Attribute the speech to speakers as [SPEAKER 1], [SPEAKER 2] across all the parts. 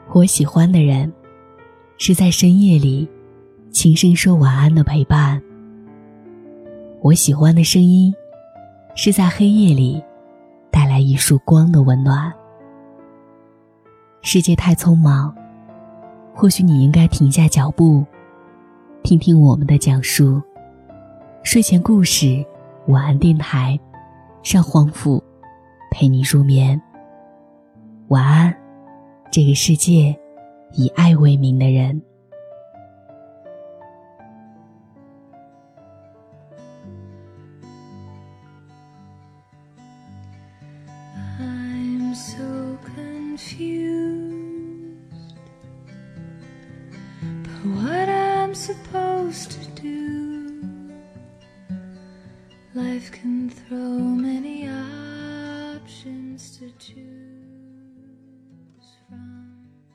[SPEAKER 1] 我喜欢的人，是在深夜里轻声说晚安的陪伴。我喜欢的声音，是在黑夜里带来一束光的温暖。世界太匆忙，或许你应该停下脚步，听听我们的讲述。睡前故事，晚安电台，让黄甫陪你入眠。晚安，这个世界以爱为名的人。
[SPEAKER 2] I'm so confused, but what I'm supposed to do, life can throw many options to choose from.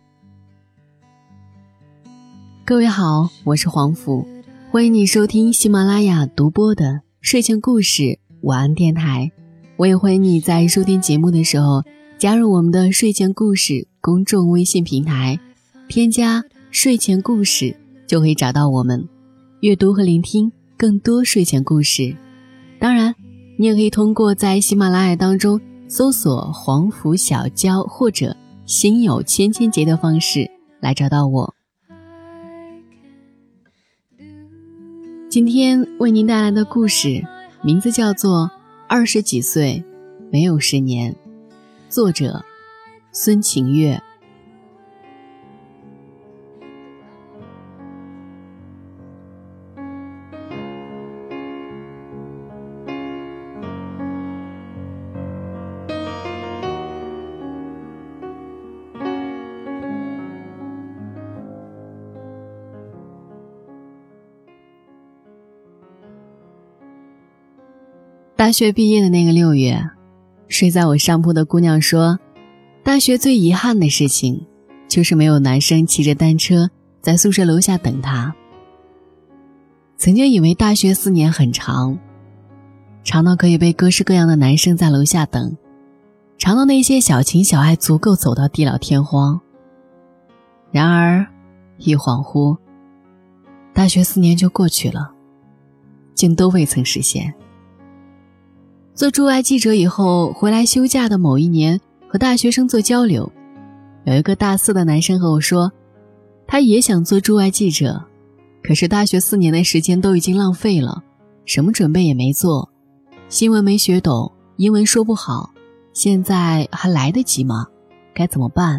[SPEAKER 1] 各位好，我是黄甫，欢迎你收听喜马拉雅独播的睡前故事晚安电台。我也欢迎你在收听节目的时候加入我们的睡前故事公众微信平台，添加睡前故事就可以找到我们，阅读和聆听更多睡前故事。当然你也可以通过在喜马拉雅当中搜索黄甫小娇或者心有千千结的方式来找到我。今天为您带来的故事名字叫做20几岁没有10年，作者孙晴月。大学毕业的那个6月，睡在我上铺的姑娘说，大学最遗憾的事情就是没有男生骑着单车在宿舍楼下等她。曾经以为大学4年很长，长到可以被各式各样的男生在楼下等，长到那些小情小爱足够走到地老天荒。然而一恍惚，大学4年就过去了，竟都未曾实现。做驻外记者以后，回来休假的某一年和大学生做交流，有一个大4的男生和我说，他也想做驻外记者，可是大学4年的时间都已经浪费了，什么准备也没做，新闻没学懂，英文说不好，现在还来得及吗？该怎么办？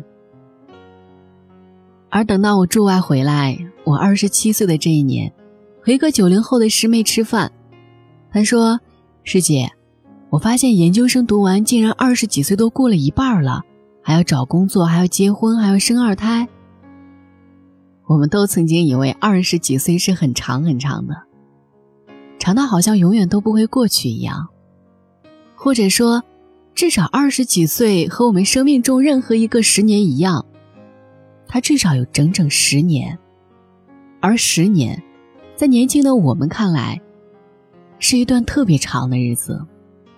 [SPEAKER 1] 而等到我驻外回来，我27岁的这一年，和一个90后的师妹吃饭，她说，师姐，我发现研究生读完竟然20几岁都过了一半了，还要找工作，还要结婚，还要生2胎。我们都曾经以为20几岁是很长很长的，长到好像永远都不会过去一样，或者说至少20几岁和我们生命中任何一个10年一样，它至少有整整10年，而10年在年轻的我们看来是一段特别长的日子。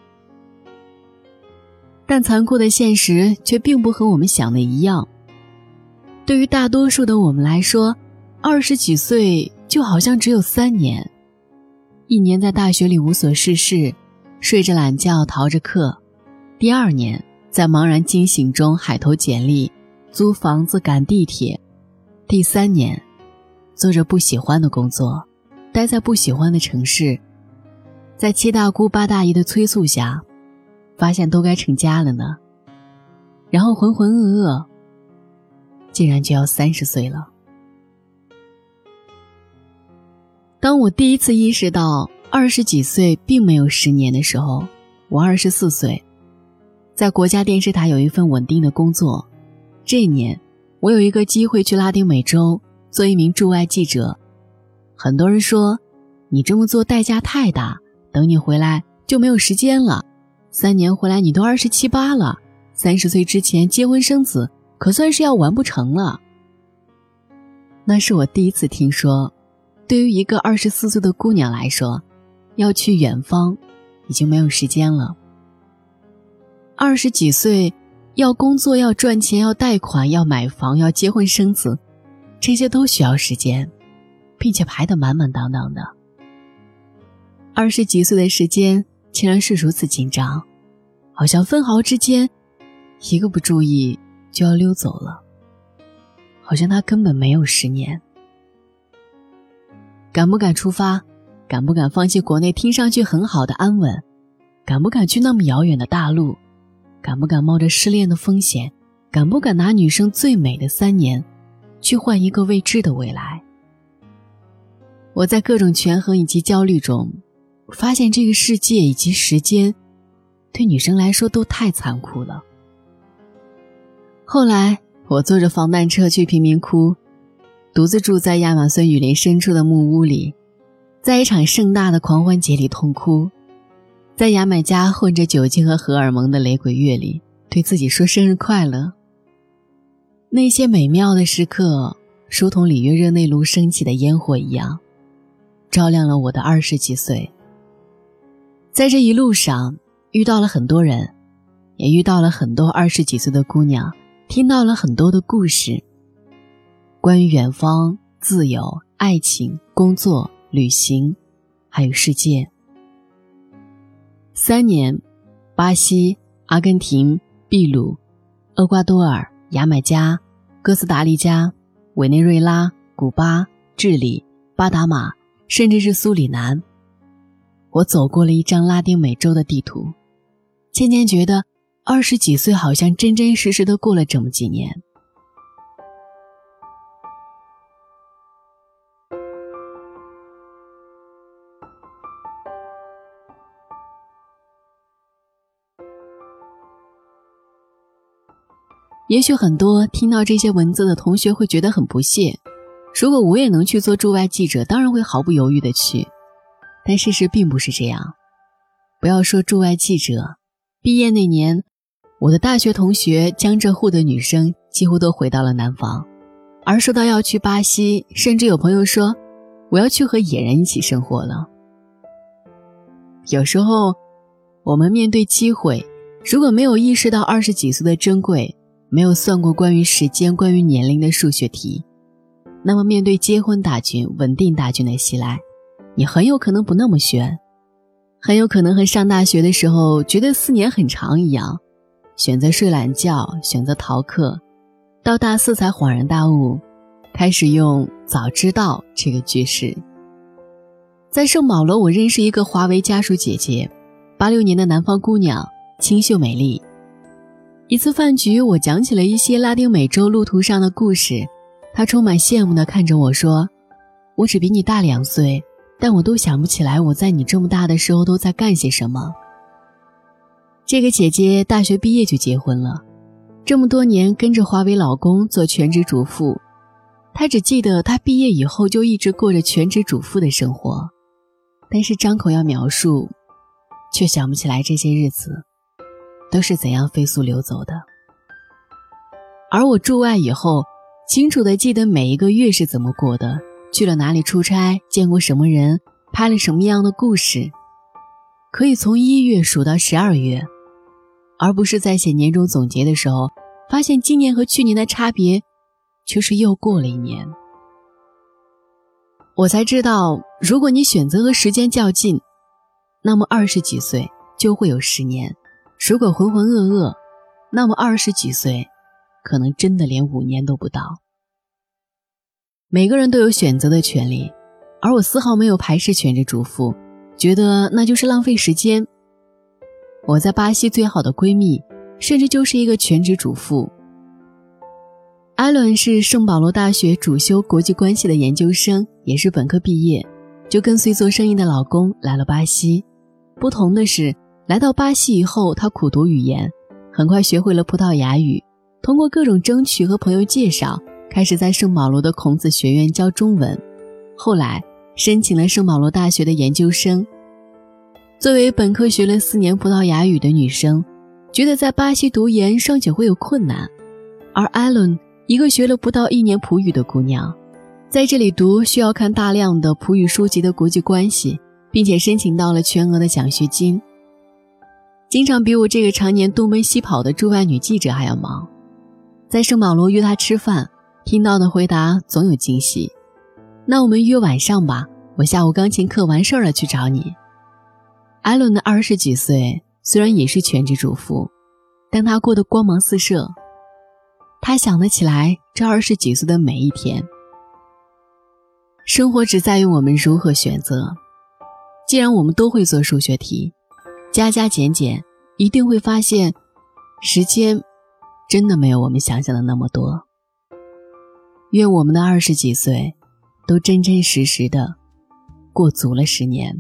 [SPEAKER 1] 但残酷的现实却并不和我们想的一样。对于大多数的我们来说，20几岁就好像只有3年。1年在大学里无所事事，睡着懒觉逃着课；第2年在茫然惊醒中海投简历，租房子赶地铁；第3年做着不喜欢的工作，待在不喜欢的城市，在7大姑8大姨的催促下发现都该成家了呢，然后浑浑噩噩，竟然就要30岁了。当我第一次意识到20几岁并没有10年的时候，我24岁，在国家电视台有一份稳定的工作。这一年，我有一个机会去拉丁美洲做一名驻外记者。很多人说，你这么做代价太大，等你回来就没有时间了。3年回来你都27、8了，30岁之前结婚生子，可算是要完不成了。那是我第一次听说，对于一个24岁的姑娘来说，要去远方已经没有时间了。20几岁要工作，要赚钱，要贷款，要买房，要结婚生子，这些都需要时间，并且排得满满当当的。20几岁的时间竟然是如此紧张，好像分毫之间一个不注意就要溜走了，好像他根本没有10年。敢不敢出发？敢不敢放弃国内听上去很好的安稳？敢不敢去那么遥远的大陆？敢不敢冒着失恋的风险？敢不敢拿女生最美的3年去换一个未知的未来？我在各种权衡以及焦虑中，发现这个世界以及时间对女生来说都太残酷了。后来我坐着防弹车去贫民窟，独自住在亚马逊雨林深处的木屋里，在一场盛大的狂欢节里痛哭，在牙买加混着酒精和荷尔蒙的雷鬼乐里对自己说生日快乐。那些美妙的时刻如同里约热内卢升起的烟火一样，照亮了我的20几岁。在这一路上遇到了很多人，也遇到了很多20几岁的姑娘，听到了很多的故事，关于远方、自由、爱情、工作、旅行，还有世界。3年，巴西、阿根廷、秘鲁、厄瓜多尔、牙买加、哥斯达黎加、委内瑞拉、古巴、智利、巴达马，甚至是苏里南。我走过了一张拉丁美洲的地图，渐渐觉得20几岁好像真真实实的过了这么几年。也许很多听到这些文字的同学会觉得很不屑，如果我也能去做驻外记者，当然会毫不犹豫地去。但事实并不是这样。不要说驻外记者，毕业那年，我的大学同学江浙沪的女生几乎都回到了南方，而说到要去巴西，甚至有朋友说我要去和野人一起生活了。有时候我们面对机会，如果没有意识到20几岁的珍贵，没有算过关于时间、关于年龄的数学题，那么面对结婚大军、稳定大军的袭来，你很有可能不那么选，很有可能和上大学的时候觉得4年很长一样，选择睡懒觉，选择逃课，到大4才恍然大悟，开始用早知道这个句式。在圣保罗，我认识一个华为家属姐姐，86年的南方姑娘，清秀美丽。一次饭局，我讲起了一些拉丁美洲路途上的故事，她充满羡慕地看着我说，我只比你大2岁，但我都想不起来我在你这么大的时候都在干些什么。这个姐姐大学毕业就结婚了，这么多年跟着华为老公做全职主妇，她只记得她毕业以后就一直过着全职主妇的生活，但是张口要描述，却想不起来这些日子都是怎样飞速流走的。而我驻外以后，清楚地记得每一个月是怎么过的，去了哪里出差，见过什么人，拍了什么样的故事，可以从1月数到12月，而不是在写年终总结的时候，发现今年和去年的差别却是又过了1年。我才知道，如果你选择和时间较劲，那么20几岁就会有10年，如果浑浑噩噩，那么20几岁可能真的连5年都不到。每个人都有选择的权利，而我丝毫没有排斥全职主妇，觉得那就是浪费时间。我在巴西最好的闺蜜甚至就是一个全职主妇。艾伦是圣保罗大学主修国际关系的研究生，也是本科毕业，就跟随做生意的老公来了巴西。不同的是，来到巴西以后，她苦读语言，很快学会了葡萄牙语，通过各种争取和朋友介绍，开始在圣保罗的孔子学院教中文，后来申请了圣保罗大学的研究生。作为本科学了4年葡萄牙语的女生，觉得在巴西读研尚且会有困难，而艾伦一个学了不到1年葡语的姑娘，在这里读需要看大量的葡语书籍的国际关系，并且申请到了全额的奖学金。 经常比我这个常年东奔西跑的驻外女记者还要忙。在圣保罗约她吃饭，听到的回答总有惊喜。那我们约晚上吧，我下午钢琴课完事儿了去找你。艾伦的20几岁虽然也是全职主妇，但她过得光芒四射。她想得起来这20几岁的每一天。生活只在于我们如何选择。既然我们都会做数学题，加加减减，一定会发现时间真的没有我们想象的那么多。愿我们的20几岁都真真实实的过足了10年。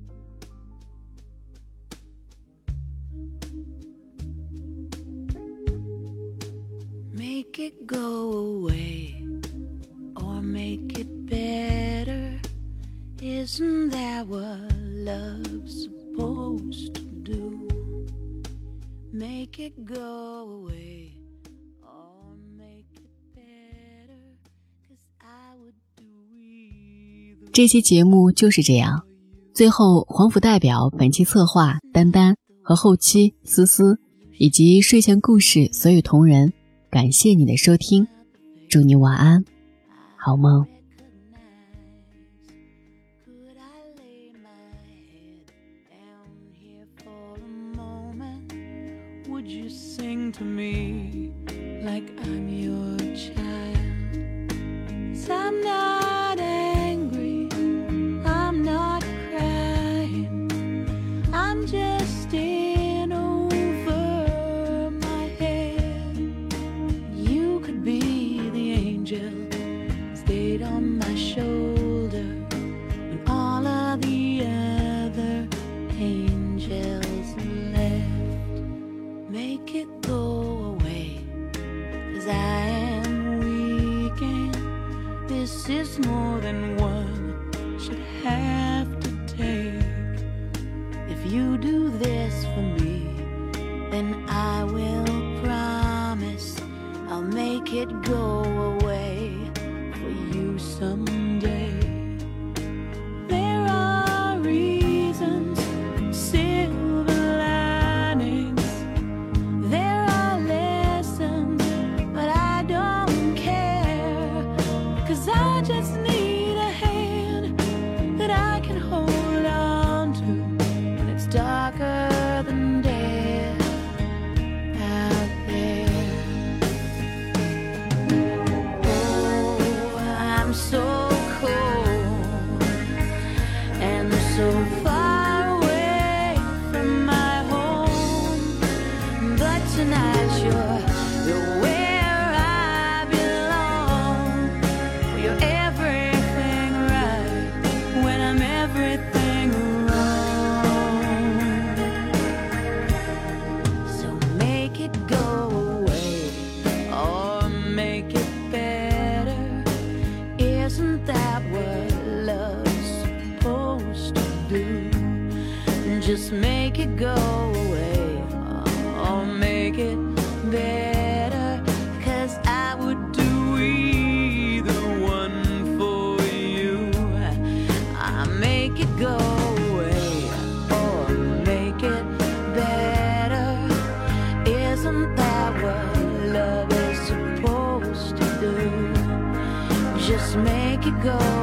[SPEAKER 2] Make it go away or make it better. Isn't that what love's supposed to do? Make it go away or make it better, 'cause I would do either.
[SPEAKER 1] 这期节目就是这样。最后，黄甫代表本期策划丹丹和后期思思以及睡前故事所有同仁，感谢你的收听，祝你晚安，好梦。
[SPEAKER 2] Would you sing to me like I'm your child? 'Cause I'm not angry, I'm not crying, I'm just in over my head. You could be the angel stayed on my shoulder when all of the other angels left. Make it go away, 'cause I am weak and this is more than one should have to take. If you do this for me, then I will promise I'll make it go away for you someday. There are reasons, silver linings, there are lessons, but I don't care, 'cause I just need a hand that I can hold on to when it's darker than death out there. Oh, I'm so cold and so far away from my home, but tonight you're where I belong. You're everything right when I'm everything wrong. So make it go away or make it better. Isn't that what love's supposed to do? Just make it go away or make it better, 'cause I would do either one for you. I make it go away or make it better. Isn't that what love is supposed to do? Just make it go